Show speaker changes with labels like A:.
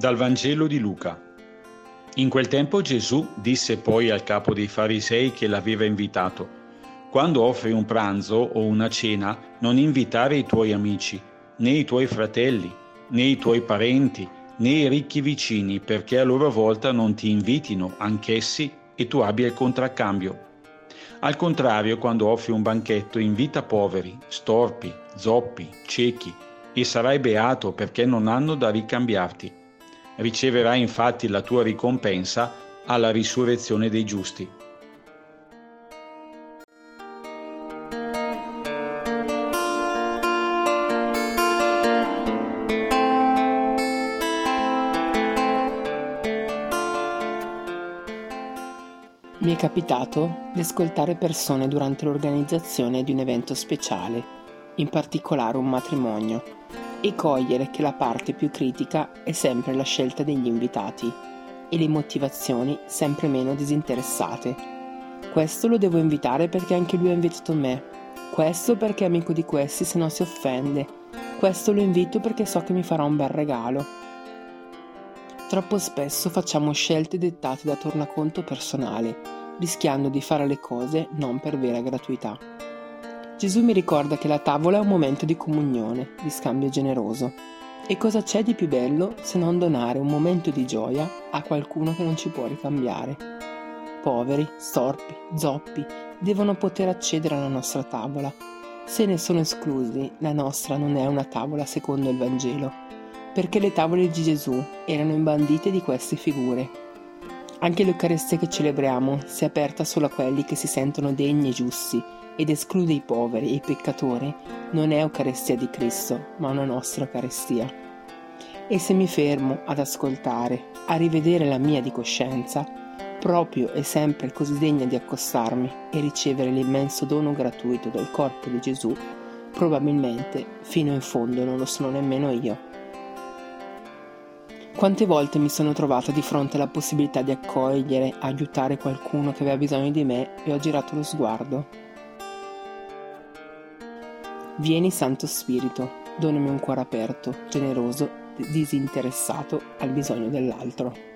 A: Dal Vangelo di Luca. In quel tempo Gesù disse poi al capo dei farisei che l'aveva invitato: «Quando offri un pranzo o una cena, non invitare i tuoi amici, né i tuoi fratelli, né i tuoi parenti, né i ricchi vicini, perché a loro volta non ti invitino anch'essi e tu abbia il contraccambio. Al contrario, quando offri un banchetto, invita poveri, storpi, zoppi, ciechi, e sarai beato perché non hanno da ricambiarti. Riceverai infatti la tua ricompensa alla risurrezione dei giusti».
B: Mi è capitato di ascoltare persone durante l'organizzazione di un evento speciale, in particolare un matrimonio, e cogliere che la parte più critica è sempre la scelta degli invitati e le motivazioni sempre meno disinteressate. Questo lo devo invitare perché anche lui ha invitato me, questo perché è amico di questi se no si offende, questo lo invito perché so che mi farà un bel regalo. Troppo spesso facciamo scelte dettate da tornaconto personale, rischiando di fare le cose non per vera gratuità. Gesù mi ricorda che la tavola è un momento di comunione, di scambio generoso. E cosa c'è di più bello se non donare un momento di gioia a qualcuno che non ci può ricambiare? Poveri, storpi, zoppi devono poter accedere alla nostra tavola. Se ne sono esclusi, la nostra non è una tavola secondo il Vangelo, perché le tavole di Gesù erano imbandite di queste figure. Anche l'Eucaristia che celebriamo si è aperta solo a quelli che si sentono degni e giusti ed esclude i poveri e i peccatori, non è Eucaristia di Cristo, ma una nostra Eucaristia. E se mi fermo ad ascoltare, a rivedere la mia di coscienza, proprio e sempre così degna di accostarmi e ricevere l'immenso dono gratuito del corpo di Gesù, probabilmente fino in fondo non lo sono nemmeno io. Quante volte mi sono trovata di fronte alla possibilità di accogliere, aiutare qualcuno che aveva bisogno di me e ho girato lo sguardo. Vieni Santo Spirito, donami un cuore aperto, generoso, disinteressato al bisogno dell'altro.